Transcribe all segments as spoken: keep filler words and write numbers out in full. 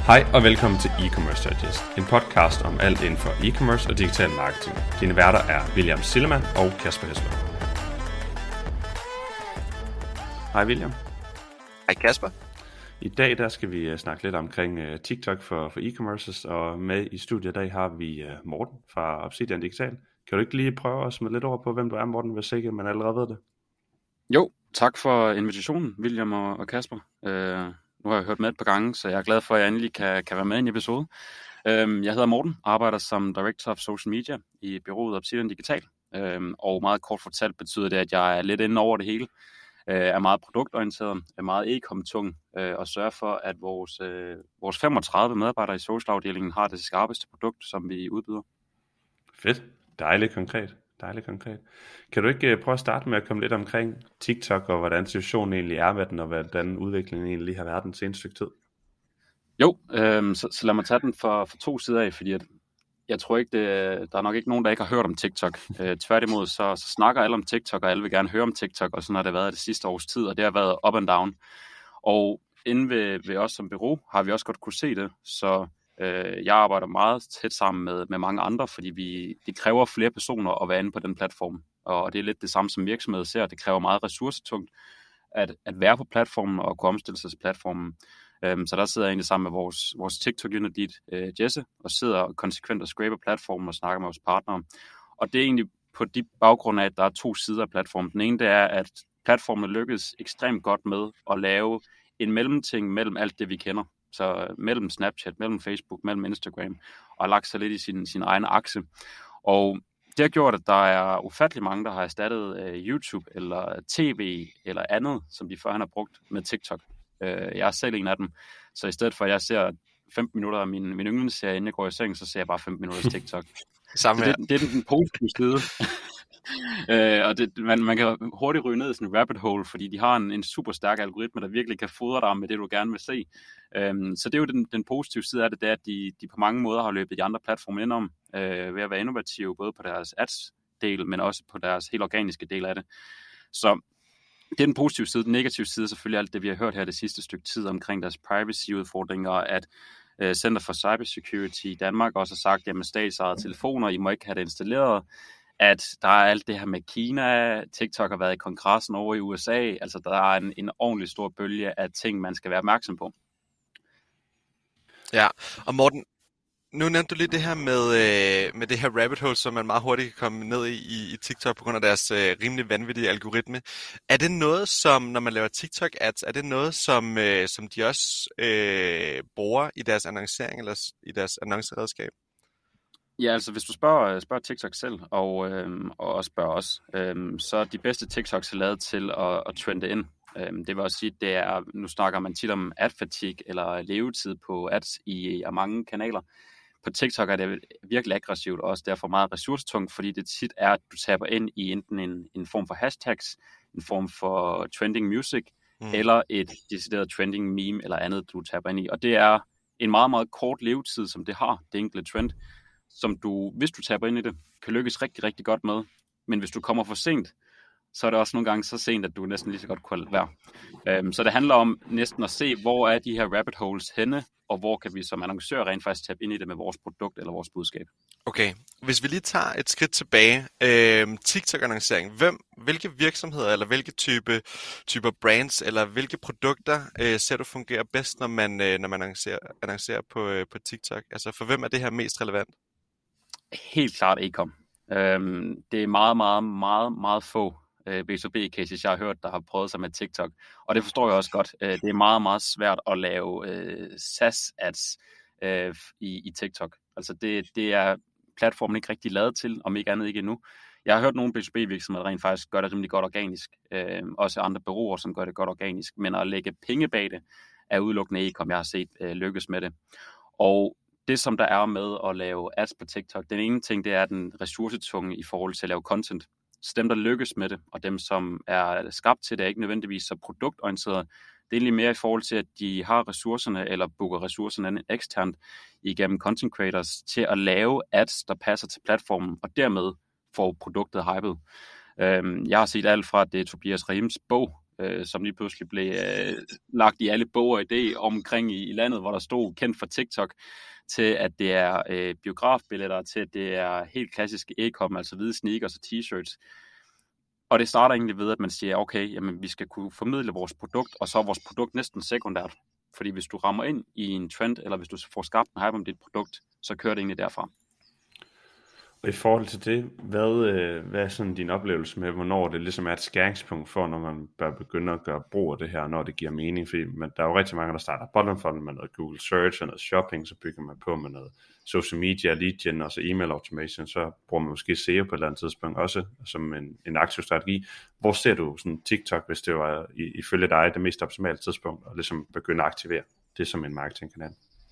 Hej og velkommen til E-Commerce Digest, en podcast om alt inden for e-commerce og digital marketing. Dine værter er William Sillemann og Kasper Hesler. Hej William. Hej Kasper. I dag der skal vi snakke lidt omkring uh, TikTok for, for e-commerces, og med i studiet i dag har vi uh, Morten fra Obsidian Digital. Kan du ikke lige prøve at smide lidt over på, hvem du er, Morten, hvis ikke man allerede ved det? Jo, tak for invitationen, William og, og Kasper. Uh... Nu har jeg hørt med et par gange, så jeg er glad for, at jeg endelig kan, kan være med i en episode. Øhm, jeg hedder Morten, arbejder som Director of Social Media i bureauet Obsidian Digital. Øhm, og meget kort fortalt betyder det, at jeg er lidt inde over det hele. Øh, er meget produktorienteret, er meget e-com-tung, øh, og sørger for, at vores, øh, vores femogtredive medarbejdere i social-afdelingen har det skarpeste produkt, som vi udbyder. Fedt. Dejligt konkret. Dejligt konkret. Kan du ikke prøve at starte med at komme lidt omkring TikTok, og hvordan situationen egentlig er med den, og hvordan udviklingen egentlig har været den seneste stykke tid? Jo, øh, så, så lad mig tage den for, for to sider af, fordi at jeg tror ikke, det, der er nok ikke nogen, der ikke har hørt om TikTok. Øh, tværtimod, så, så snakker alle om TikTok, og alle vil gerne høre om TikTok, og sådan har det været det sidste års tid, og det har været up and down. Og inde ved, ved os som bureau har vi også godt kunne se det, så øh, jeg arbejder meget tæt sammen med, med mange andre, fordi vi, det kræver flere personer at være inde på den platform, og det er lidt det samme som virksomheder ser, det kræver meget ressourcetungt at, at være på platformen og kunne omstille sig til platformen. Um, så der sidder jeg egentlig sammen med vores, vores TikTok-unit, uh, Jesse, og sidder konsekvent og scraper platformen og snakker med vores partnere. Og det er egentlig på de baggrund af, at der er to sider af platformen. Den ene det er, at platformen lykkes ekstremt godt med at lave en mellemting mellem alt det, vi kender. Så mellem Snapchat, mellem Facebook, mellem Instagram, og har lagt sig lidt i sin, sin egen akse. Og det har gjort, at der er ufattelig mange, der har erstattet uh, YouTube eller tv eller andet, som de førhen har brugt med TikTok. Jeg er selv en af dem, så i stedet for at jeg ser femten minutter af min, min yndlingsserie, inden jeg går i seng, så ser jeg bare femten minutter TikTok. Samme det, det er den, den positive side. øh, og det, man, man kan hurtigt ryge ned i sådan en rabbit hole, fordi de har en, en super stærk algoritme, der virkelig kan fodre dig med det, du gerne vil se. Øhm, så det er jo den, den positive side af det, det er, at de, de på mange måder har løbet de andre platforme indenom, øh, ved at være innovative, både på deres ads-del, men også på deres helt organiske del af det. Så det er den positive side. Den negative side er selvfølgelig alt det, vi har hørt her det sidste stykke tid omkring deres privacy-udfordringer, at uh, Center for Cybersecurity i Danmark også har sagt, at statsejede telefoner, I må ikke have det installeret, at der er alt det her med Kina, TikTok har været i kongressen over i U S A, altså der er en, en ordentlig stor bølge af ting, man skal være opmærksom på. Ja, og Morten, nu nævnte du lige det her med, øh, med det her rabbit hole, som man meget hurtigt kan komme ned i, i, i TikTok på grund af deres øh, rimelig vanvittige algoritme. Er det noget, som, når man laver TikTok-ads, er det noget, som, øh, som de også øh, bruger i deres annoncering eller i deres annonceredskab? Ja, altså hvis du spørger, spørger TikTok selv, og, øhm, og også spørger os, øhm, så er de bedste TikToks lavet til at, at trende ind. Øhm, det vil også sige, det er, nu snakker man tit om ad fatigue eller levetid på ads i, i mange kanaler. På TikTok er det virkelig aggressivt, og også derfor meget ressourcetungt, fordi det tit er, at du taber ind i enten en, en form for hashtags, en form for trending music, mm. eller et decideret trending meme eller andet, du taber ind i. Og det er en meget, meget kort levetid, som det har, det enkelte trend, som du, hvis du taber ind i det, kan lykkes rigtig, rigtig godt med. Men hvis du kommer for sent, så er det også nogle gange så sent, at du næsten lige så godt kunne være. Um, så det handler om næsten at se, hvor er de her rabbit holes henne, og hvor kan vi som annoncør rent faktisk tabe ind i det med vores produkt eller vores budskab. Okay, hvis vi lige tager et skridt tilbage. Øh, TikTok-annoncering. Hvem, hvilke virksomheder eller hvilke type, typer brands eller hvilke produkter øh, ser du fungerer bedst, når man, øh, når man annoncerer, annoncerer på, øh, på TikTok? Altså for hvem er det her mest relevant? Helt klart e-com. Øhm, det er meget, meget, meget, meget få B to B cases, jeg har hørt, der har prøvet sig med TikTok. Og det forstår jeg også godt. Det er meget, meget svært at lave øh, SaaS-ads øh, i, i TikTok. Altså det, det er platformen ikke rigtig lavet til, om ikke andet ikke endnu. Jeg har hørt nogle B to B-virksomheder, der rent faktisk gør det rimelig godt organisk. Øh, også andre bureauer, som gør det godt organisk. Men at lægge penge bag det, er udelukkende e-com, jeg har set øh, lykkes med det. Og det, som der er med at lave ads på TikTok, den ene ting, det er den ressourcetunge i forhold til at lave content. Så dem, der lykkes med det, og dem, som er skabt til det, er ikke nødvendigvis så produktorienteret. Det er egentlig mere i forhold til, at de har ressourcerne, eller booker ressourcerne eksternt igennem content creators, til at lave ads, der passer til platformen, og dermed får produktet hypet. Jeg har set alt fra, at det er Tobias Rahims bog, øh, som lige pludselig blev øh, lagt i alle bog og idé omkring i, i landet, hvor der stod kendt for TikTok, til at det er øh, biografbilletter, til at det er helt klassiske e-com, altså hvide sneakers og t-shirts. Og det starter egentlig ved, at man siger, okay, jamen, vi skal kunne formidle vores produkt, og så er vores produkt næsten sekundært. Fordi hvis du rammer ind i en trend, eller hvis du får skabt en hype om dit produkt, så kører det egentlig derfra. Og i forhold til det, hvad, øh, hvad er sådan din oplevelse med, hvornår det ligesom er et skæringspunkt for, når man bør begynde at gøre brug af det her, når det giver mening? Fordi man, der er jo rigtig mange, der starter bottom funnel med noget Google Search og noget shopping, så bygger man på med noget social media, lead gen og så email automation, så bruger man måske S E O på et eller andet tidspunkt også som en, en aktiv strategi. Hvor ser du sådan TikTok, hvis det var ifølge dig det mest optimale tidspunkt, og ligesom begynde at aktivere det som en marketingkanal?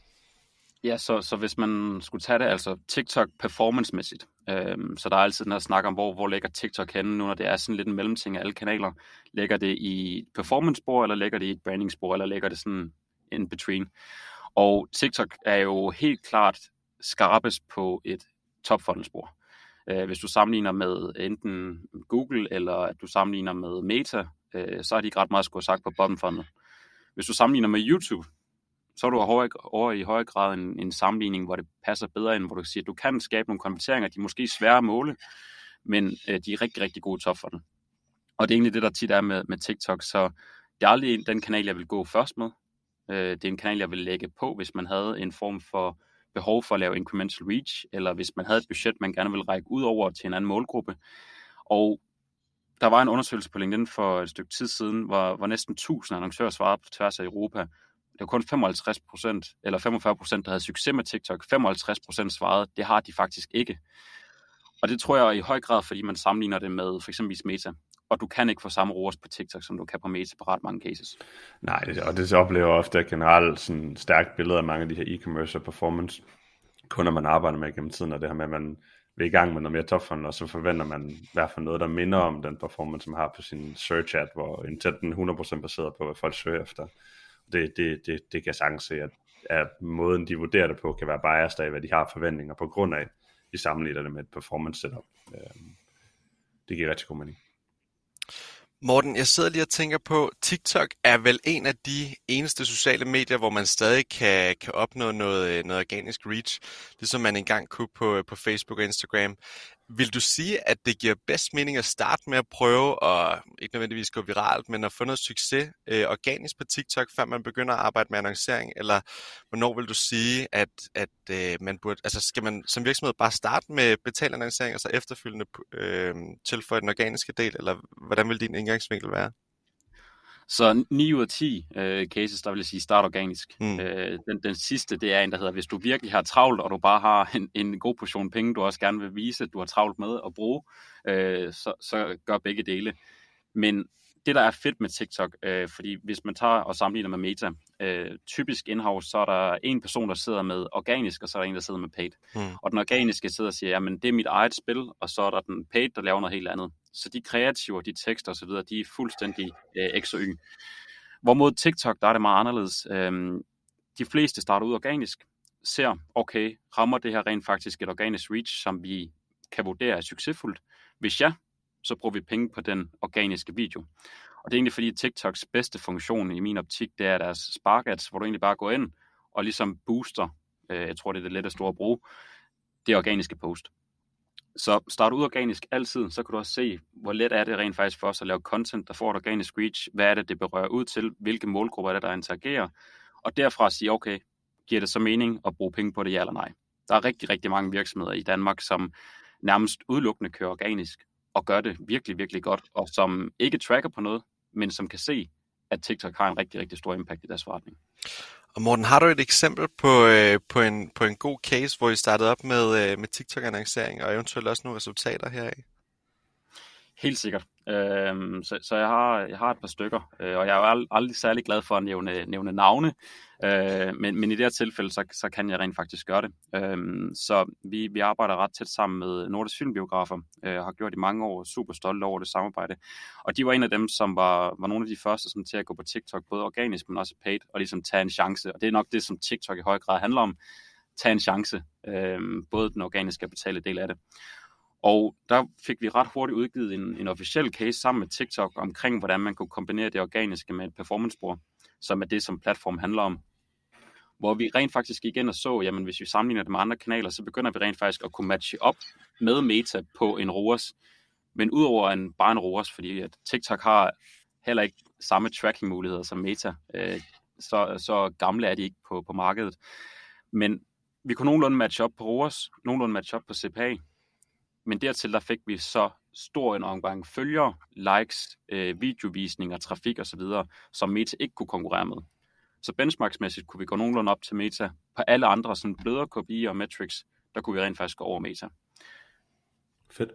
Ja, så, så hvis man skulle tage det, altså TikTok performance-mæssigt, øhm, så der er altid den her snak om, hvor, hvor ligger TikTok henne nu, når det er sådan lidt en mellemting af alle kanaler. Ligger det i et performance-spor, eller ligger det i et branding-spor, eller ligger det sådan in between? Og TikTok er jo helt klart skarpest på et top-funnel-spor. Øh, hvis du sammenligner med enten Google, eller at du sammenligner med Meta, øh, så har de ikke ret meget skulle have sagt på bottom-funnel. Hvis du sammenligner med YouTube, så er du over i højere grad en, en sammenligning, hvor det passer bedre ind, hvor du siger, at du kan skabe nogle konverteringer, de er måske svære at måle, men øh, de er rigtig, rigtig gode top for den. Og det er egentlig det, der tit er med, med TikTok, så det er aldrig den kanal, jeg vil gå først med. Øh, det er en kanal, jeg vil lægge på, hvis man havde en form for behov for at lave incremental reach, eller hvis man havde et budget, man gerne vil række ud over til en anden målgruppe. Og der var en undersøgelse på LinkedIn for et stykke tid siden, hvor, hvor næsten tusind annoncører svarede på tværs af Europa. Det var kun femoghalvtreds procent eller femogfyrre procent, der havde succes med TikTok. femoghalvtreds procent svarede, det har de faktisk ikke. Og det tror jeg er i høj grad, fordi man sammenligner det med for eksempel Meta. Og du kan ikke få samme R O A S på TikTok, som du kan på Meta på ret mange cases. Nej, og det oplever ofte generelt sådan et stærkt billede af mange af de her e-commerce og performance kunder, man arbejder med gennem tiden, og det her med, at man vil i gang med noget mere topfunnel, og så forventer man i hvert fald noget, der minder om den performance, man har på sin search ad, hvor intenten er hundrede procent baseret på, hvad folk søger efter. Det, det, det, det kan jeg sagtens se, at, at måden, de vurderer det på, kan være biased af, hvad de har forventninger på grund af, de sammenligner det med et performance setup. Det giver rigtig god mening. Morten, jeg sidder lige og tænker på, TikTok er vel en af de eneste sociale medier, hvor man stadig kan, kan opnå noget, noget organisk reach, ligesom man engang kunne på, på Facebook og Instagram. Vil du sige, at det giver bedst mening at starte med at prøve at, ikke nødvendigvis gå viralt, men at få noget succes øh, organisk på TikTok, før man begynder at arbejde med annoncering? Eller hvornår vil du sige, at, at øh, man burde, altså skal man som virksomhed bare starte med betalt annoncering, og så efterfølgende øh, tilføje den organiske del? Eller hvordan vil din indgangsvinkel være? Så ni ud af ti øh, cases, der vil jeg sige, start organisk. Mm. Øh, den, den sidste, det er en, der hedder, hvis du virkelig har travlt, og du bare har en, en god portion penge, du også gerne vil vise, at du har travlt med at bruge, øh, så, så gør begge dele. Men det, der er fedt med TikTok, øh, fordi hvis man tager og sammenligner med Meta, øh, typisk in-house, så er der en person, der sidder med organisk, og så er der en, der sidder med paid. Mm. Og den organiske sidder og siger, jamen det er mit eget spil, og så er der den paid, der laver noget helt andet. Så de kreativer, de tekster osv., de er fuldstændig øh, X og Y. Hvorimod TikTok, der er det meget anderledes. Øhm, de fleste starter ud organisk, ser, okay, rammer det her rent faktisk et organisk reach, som vi kan vurdere er succesfuldt? Hvis ja, så bruger vi penge på den organiske video. Og det er egentlig fordi TikToks bedste funktion i min optik, det er deres Spark Ads, hvor du egentlig bare går ind og ligesom booster, øh, jeg tror det er det letteste at bruge, det organiske post. Så start ud organisk altid, så kan du også se, hvor let er det rent faktisk for os at lave content, der får et organisk reach. Hvad er det, det berører ud til? Hvilke målgrupper er det, der interagerer? Og derfra sige, okay, giver det så mening at bruge penge på det, ja eller nej? Der er rigtig, rigtig mange virksomheder i Danmark, som nærmest udelukkende kører organisk, og gør det virkelig, virkelig godt, og som ikke tracker på noget, men som kan se, at TikTok har en rigtig, rigtig stor impact i deres forretning. Og Morten, har du et eksempel på, øh, på, en, på en god case, hvor I startede op med, øh, med TikTok-annoncering, og eventuelt også nogle resultater heraf? Helt sikkert. Øhm, så så jeg, har, jeg har et par stykker, øh, og jeg er jo aldrig særlig glad for at nævne, nævne navne, øh, men, men i det her tilfælde, så, så kan jeg rent faktisk gøre det. Øhm, så vi, vi arbejder ret tæt sammen med Nordisk Filmbiografer, øh, og har gjort i mange år, super stolte over det samarbejde. Og de var en af dem, som var, var nogle af de første som, til at gå på TikTok, både organisk, men også paid, og ligesom tage en chance. Og det er nok det, som TikTok i høj grad handler om. Tage en chance, øh, både den organiske og betale del af det. Og der fik vi ret hurtigt udgivet en, en officiel case sammen med TikTok omkring, hvordan man kunne kombinere det organiske med et performance-spor, som er det, som platform handler om. Hvor vi rent faktisk gik ind og så, jamen hvis vi sammenligner det med andre kanaler, så begynder vi rent faktisk at kunne matche op med Meta på en R O A S. Men udover en, bare en R O A S, fordi at TikTok har heller ikke samme tracking-muligheder som Meta. Øh, så, så gamle er de ikke på, på markedet. Men vi kunne nogenlunde matche op på R O A S, nogenlunde matche op på C P A. Men dertil der fik vi så stor en omgang følgere, likes, øh, videovisninger, trafik osv., som Meta ikke kunne konkurrere med. Så benchmarksmæssigt kunne vi gå nogenlunde op til Meta. På alle andre sådan blødere K P I og metrics, der kunne vi rent faktisk gå over Meta. Fedt.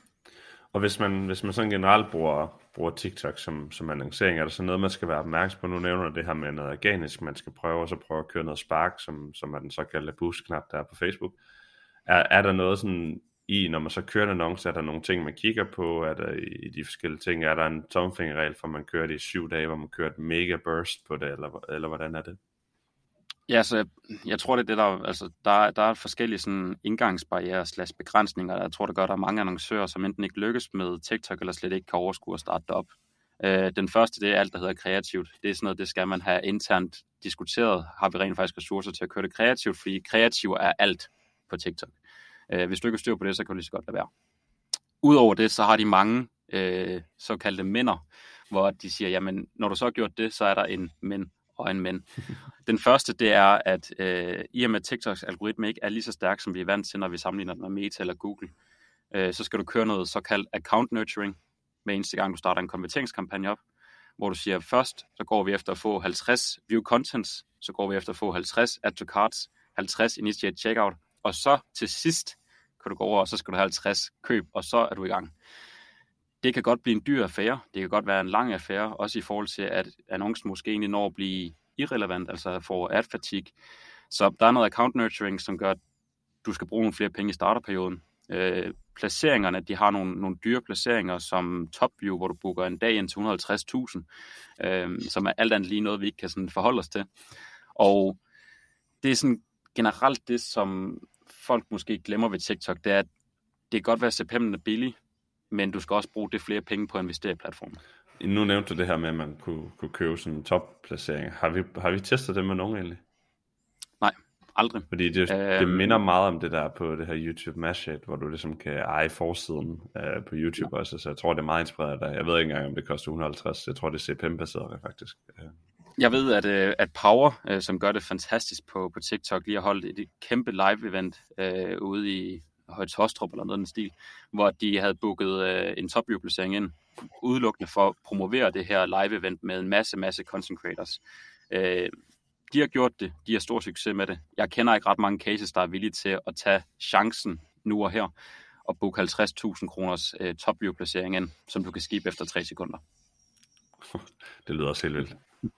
Og hvis man, hvis man sådan generelt bruger, bruger TikTok som, som annoncering, er der så noget, man skal være opmærksom på? Nu nævner du det her med noget organisk, man skal prøve, og så prøve at køre noget Spark, som, som er den såkaldte boost-knap, der er på Facebook. Er, er der noget sådan i, når man så kører en annonce, er der nogle ting, man kigger på? Er der i, i de forskellige ting, er der en tomfingerregel, for man kører det i syv dage, hvor man kører et mega burst på det, eller, eller hvordan er det? Ja, så jeg, jeg tror, det er det, der, altså, der, der er forskellige sådan indgangsbarrierer slash begrænsninger. Jeg tror, det gør, at der er mange annoncører, som enten ikke lykkes med TikTok, eller slet ikke kan overskue at starte det op. Øh, den første, det er alt, der hedder kreativt. Det er sådan noget, det skal man have internt diskuteret. Har vi rent faktisk ressourcer til at køre det kreativt, fordi kreativ er alt på TikTok. Øh, hvis du ikke har styr på det, så kan du lige så godt lade være. Udover det, så har de mange øh, såkaldte mænder, hvor de siger, jamen, når du så har gjort det, så er der en men og en men. Den første, det er, at øh, i og med TikToks algoritme ikke er lige så stærk, som vi er vant til, når vi sammenligner den med Meta eller Google, øh, så skal du køre noget såkaldt account nurturing, med eneste gang du starter en konverteringskampagne op, hvor du siger, først så går vi efter at få halvtreds view contents, så går vi efter at få halvtreds add to carts, halvtreds initiate checkout, og så til sidst kan du gå over, og så skal du have halvtreds køb, og så er du i gang. Det kan godt blive en dyr affære, det kan godt være en lang affære, også i forhold til, at annoncen måske egentlig når at blive irrelevant, altså får ad fatigue. Så der er noget account nurturing, som gør, at du skal bruge nogle flere penge i starterperioden. Øh, placeringerne, de har nogle, nogle dyre placeringer, som TopView, hvor du booker en dag ind til et hundrede og halvtreds tusind, øh, som er alt andet lige noget, vi ikke kan sådan forholde os til. Og det er sådan generelt det, som folk måske glemmer ved TikTok, det er, at det kan godt være, at C P M'en er billig, men du skal også bruge det flere penge på at investere i platformen. Nu nævnte du det her med, at man kunne, kunne købe sådan en topplacering. Har vi, har vi testet det med nogen egentlig? Nej, aldrig. Fordi det, øhm, det minder meget om det der på det her YouTube Mashup, hvor du ligesom kan eje forsiden uh, på YouTube ja. Også, så jeg tror, det er meget inspireret af. Jeg ved ikke engang, om det koster et hundrede og halvtreds. Jeg tror, det er C P M-baseret faktisk. Jeg ved, at, at Power, som gør det fantastisk på, på TikTok, lige har holdt et kæmpe live-event øh, ude i Højts Hostrup eller noget af den stil, hvor de havde booket øh, en topview-placering ind, udelukkende for at promovere det her live-event med en masse, masse content creators. Øh, de har gjort det, de har stor succes med det. Jeg kender ikke ret mange cases, der er villige til at tage chancen nu og her, og booke halvtreds tusind kroners øh, topview-placering ind, som du kan skibe efter tre sekunder. Det lyder også helt vildt.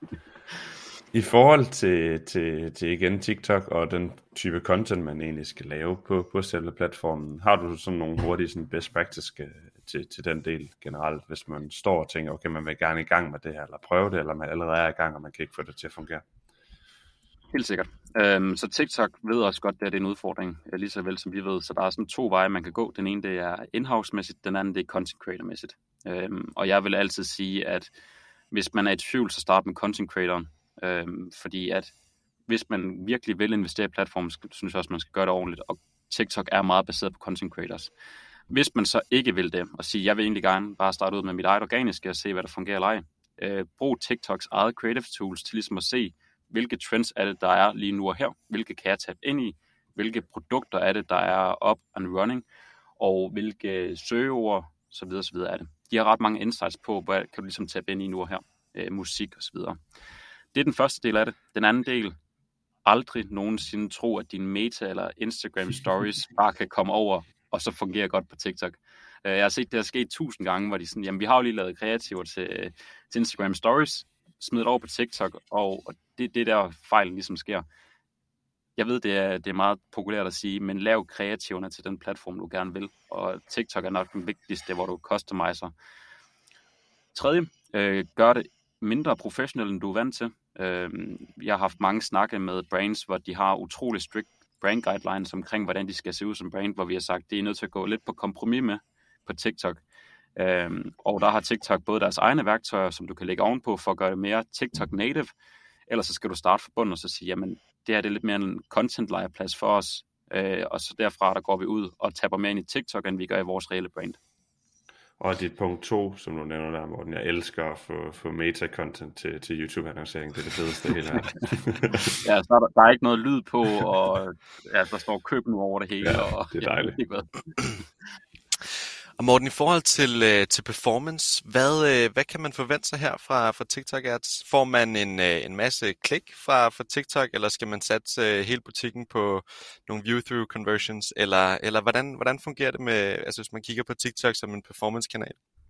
I forhold til, til, til igen TikTok og den type content, man egentlig skal lave på, på selve platformen, har du sådan nogle hurtige sådan best practice til, til den del generelt, hvis man står og tænker, okay, man vil gerne i gang med det her, eller prøve det, eller man allerede er i gang, og man kan ikke få det til at fungere? Helt sikkert. Øhm, så TikTok ved også godt, at det er en udfordring, lige så vel som vi ved. Så der er sådan to veje, man kan gå. Den ene, det er in-house-mæssigt, den anden, det er content creator-mæssigt. Øhm, og jeg vil altid sige, at hvis man er i tvivl, så start med content creatoren. Øhm, fordi at hvis man virkelig vil investere i platformen, synes jeg også, man skal gøre det ordentligt, og TikTok er meget baseret på content creators. Hvis man så ikke vil det, og sige, jeg vil egentlig gerne bare starte ud med mit eget organiske, og se, hvad der fungerer eller ej, øh, brug TikToks eget creative tools til ligesom at se, hvilke trends er det, der er lige nu og her, hvilke kan jeg tabe ind i, hvilke produkter er det, der er up and running, og hvilke søgeord, så videre, så videre er det. De har ret mange insights på, hvad kan du ligesom tabe ind i nu og her, øh, musik og så videre. Det er den første del af det. Den anden del, aldrig nogensinde tro, at din Meta eller Instagram stories bare kan komme over, og så fungerer godt på TikTok. Jeg har set det her ske tusind gange, hvor de sådan, jamen vi har jo lige lavet kreativer til, til Instagram stories, smidt over på TikTok, og det er det der fejlen ligesom sker. Jeg ved, det er, det er meget populært at sige, men lav kreativerne til den platform, du gerne vil, og TikTok er nok den vigtigste, hvor du customiser. Tredje, øh, gør det mindre professionelt, end du er vant til. Øh, jeg har haft mange snakke med brands, hvor de har utrolig strict brand guidelines omkring, hvordan de skal se ud som brand, hvor vi har sagt, det er nødt til at gå lidt på kompromis med på TikTok. Øhm, og der har TikTok både deres egne værktøjer, som du kan lægge ovenpå for at gøre det mere TikTok native, ellers så skal du starte fra bunden og så sige, jamen det her det er lidt mere en content legeplads for os, øh, og så derfra der går vi ud og tapper mere ind i TikTok, end vi gør i vores reelle brand. Og dit punkt to, som du nævner der, Morten, jeg elsker at få, få meta-content til, til YouTube-annoncering. Det er det fedeste hele her. Ja, så er der, der er ikke noget lyd på, og ja, der står køb nu over det hele. Ja, og, det er dejligt. Ja, Og Morten, i forhold til, øh, til performance, hvad, øh, hvad kan man forvente sig her fra, fra TikTok Ads? Får man en, øh, en masse klik fra, fra TikTok, eller skal man satse øh, hele butikken på nogle view-through conversions, eller, eller hvordan, hvordan fungerer det med, altså hvis man kigger på TikTok som en performance-kanal?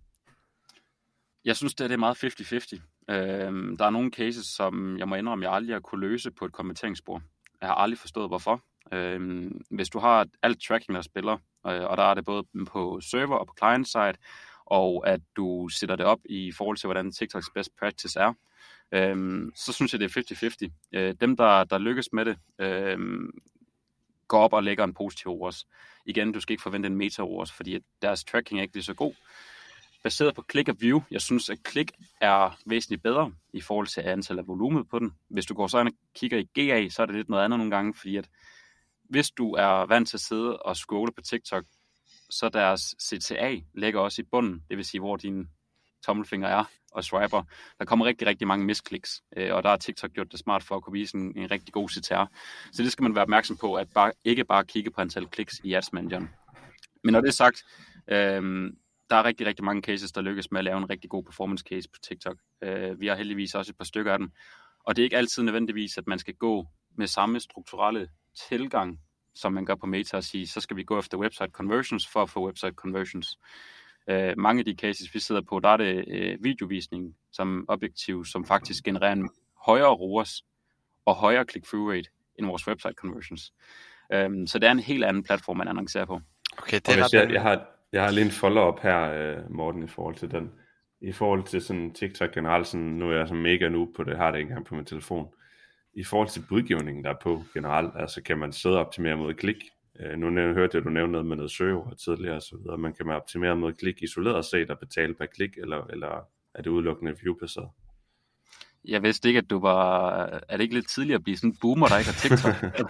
Jeg synes, det er, det er meget halvtreds halvtreds. Øhm, der er nogle cases, som jeg må indrømme, jeg aldrig har kunne løse på et konverteringsspor. Jeg har aldrig forstået, hvorfor. Øhm, hvis du har alt tracking, der spiller, øh, og der er det både på server og på client-side, og at du sætter det op i forhold til, hvordan TikToks best practice er, øhm, så synes jeg, det er halvtreds halvtreds. Øh, dem, der, der lykkes med det, øh, går op og lægger en positiv O R S. Igen, du skal ikke forvente en meta-O R S, fordi deres tracking er ikke lige så god. Baseret på click og view, jeg synes, at click er væsentligt bedre i forhold til antal af volumet på den. Hvis du går så ind og kigger i G A, så er det lidt noget andet nogle gange, fordi at hvis du er vant til at sidde og scrolle på TikTok, så deres C T A ligger også i bunden, det vil sige, hvor dine tommelfinger er og swiper. Der kommer rigtig, rigtig mange miskliks, og der har TikTok gjort det smart for at kunne vise en, en rigtig god C T R. Så det skal man være opmærksom på, at bare, ikke bare kigge på antal kliks i Ads Manageren. Men når det er sagt, øhm, der er rigtig, rigtig mange cases, der lykkes med at lave en rigtig god performance case på TikTok. Øh, vi har heldigvis også et par stykker af dem. Og det er ikke altid nødvendigvis, at man skal gå med samme strukturelle tilgang, som man gør på Meta, og sige, så skal vi gå efter website conversions for at få website conversions. Øh, mange af de cases, vi sidder på, der er det øh, videovisning som objektiv, som faktisk genererer en højere R O A S og højere click-through rate end vores website conversions. Øh, så det er en helt anden platform, man annoncerer på. Okay, det er ret jeg, jeg har Jeg har lige en follow-up her, Morten, i forhold til den. I forhold til sådan TikTok generelt, sådan, nu er jeg så mega noob på det, har det ikke engang på min telefon. I forhold til budgivningen, der er på generelt, altså kan man sidde og optimere mod klik. Nu hørte jeg, du nævnte noget med noget søgeord tidligere, så videre. Man kan man optimere mod klik isoleret set og betale per klik, eller, eller er det udelukkende view-baseret? Jeg vidste ikke, at du var... Er det ikke lidt tidligere at blive sådan en boomer, der ikke har TikTok?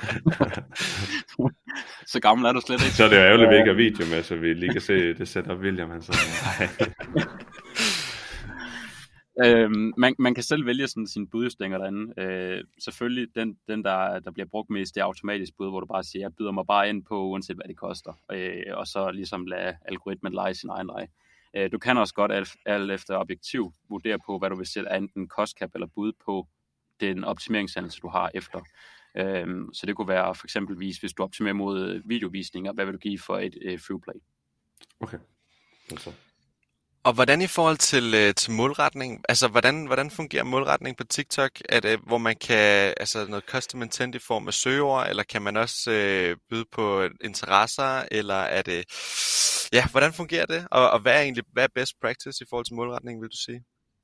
Så gammel er du slet ikke. Så er det jo ærgerligt, at vi ikke har video med, så vi lige kan se det setup, William. Han så... øhm, man, man kan selv vælge sådan sine budjusteringer derinde. Øh, selvfølgelig, den, den der, der bliver brugt mest, det er automatisk bud, hvor du bare siger, jeg byder mig bare ind på, uanset hvad det koster. Øh, og så ligesom lade algoritmen lege sin egen leg. Du kan også godt alt, alt efter objektiv vurdere på, hvad du vil sætte enten kostcap eller bud på den optimeringshandelse, du har efter. Øhm, så det kunne være for eksempelvis, hvis du optimerer mod videovisninger, hvad vil du give for et øh, throughplay? Okay. Altså. Og hvordan i forhold til, øh, til målretning, altså hvordan, hvordan fungerer målretning på TikTok? Er det, hvor man kan, altså noget custom intent i form af søgeord, eller kan man også øh, byde på interesser, eller er det, ja, hvordan fungerer det? Og, og hvad er egentlig, hvad er best practice i forhold til målretning, vil du sige?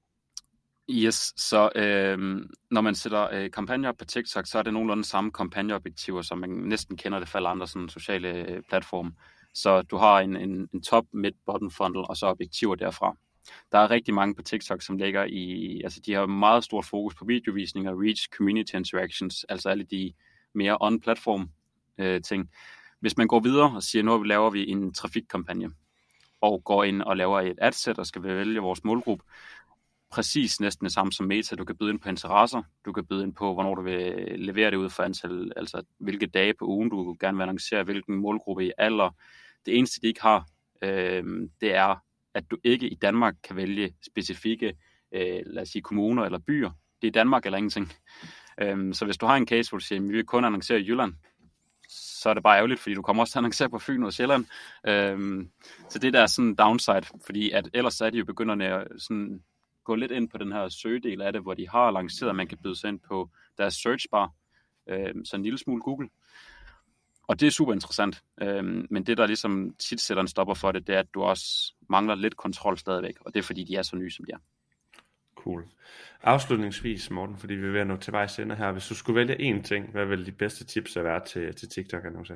Yes, så øh, når man sætter øh, kampagner op på TikTok, så er det nogenlunde samme kampagneobjektiver, som man næsten kender det fra alle andre sådan, sociale øh, platforme. Så du har en, en, en top, mid, bottom funnel, og så objektiver derfra. Der er rigtig mange på TikTok, som ligger i, altså de har meget stort fokus på videovisninger, reach, community interactions, altså alle de mere on-platform øh, ting. Hvis man går videre og siger, nu laver vi en trafikkampagne, og går ind og laver et adset, og skal vælge vores målgruppe, præcis næsten det samme som Meta. Du kan byde ind på interesser, du kan byde ind på, hvornår du vil levere det ud for antal, altså hvilke dage på ugen du gerne vil annoncere, hvilken målgruppe i alder. Det eneste, de ikke har, øh, det er, at du ikke i Danmark kan vælge specifikke, øh, lad os sige, kommuner eller byer. Det er Danmark eller ingenting. Øh, så hvis du har en case, hvor du siger, at vi vil kun annoncere i Jylland, så er det bare ærgerligt, fordi du kommer også til at annoncere på Fyn og Sjælland. Øh, så det der er sådan en downside, fordi at ellers er de jo begynderne at sådan gå lidt ind på den her søgedel af det, hvor de har lanceret, at man kan byde sig ind på deres searchbar, øh, så en lille smule Google. Og det er super interessant, øh, men det der ligesom tit sætter en stopper for det, det er, at du også mangler lidt kontrol stadigvæk, og det er fordi, de er så nye, som de er. Cool. Afslutningsvis, Morten, fordi vi er ved at nå til vejs ende her. Hvis du skulle vælge én ting, hvad vil de bedste tips være til, til TikTok'erne hos jer?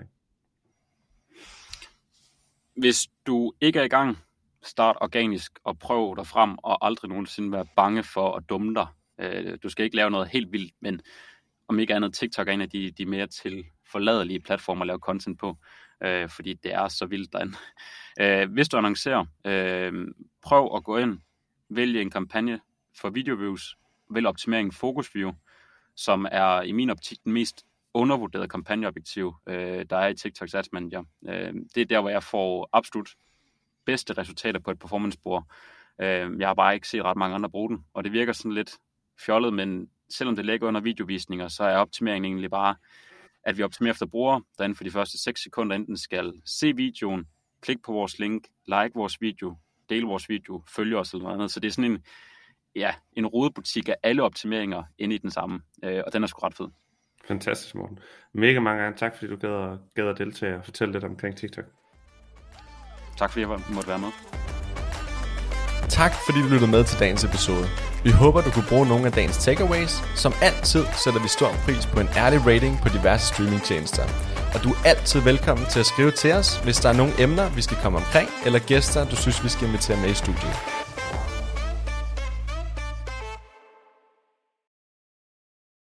Hvis du ikke er i gang, start organisk og prøv dig frem, og aldrig nogensinde være bange for at dumme dig. Du skal ikke lave noget helt vildt, men om ikke andet, TikTok er en af de, de mere til forladelige platformer at lave content på, øh, fordi det er så vildt derinde. Øh, hvis du annoncerer, øh, prøv at gå ind, vælge en kampagne for video views, vælg optimering Focus View, som er i min optik den mest undervurderede kampagneobjektiv, øh, der er i TikToks Ads Manager. Øh, det er der, hvor jeg får absolut bedste resultater på et performance-spor. Øh, jeg har bare ikke set ret mange andre bruge den, og det virker sådan lidt fjollet, men selvom det ligger under videovisninger, så er optimeringen egentlig bare, at vi optimerer efter brugere, der inden for de første seks sekunder enten skal se videoen, klikke på vores link, like vores video, dele vores video, følge os eller noget andet. Så det er sådan en, ja, en rodebutik af alle optimeringer inde i den samme, øh, og den er sgu ret fed. Fantastisk, Morten. Mega mange gange tak, fordi du gad, gad at deltage og fortælle lidt omkring TikTok. Tak fordi jeg måtte være med. Tak fordi du lyttede med til dagens episode. Vi håber, du kunne bruge nogle af dagens takeaways. Som altid sætter vi stor pris på en ærlig rating på diverse streamingtjenester. Og du er altid velkommen til at skrive til os, hvis der er nogle emner, vi skal komme omkring, eller gæster, du synes, vi skal invitere med i studiet.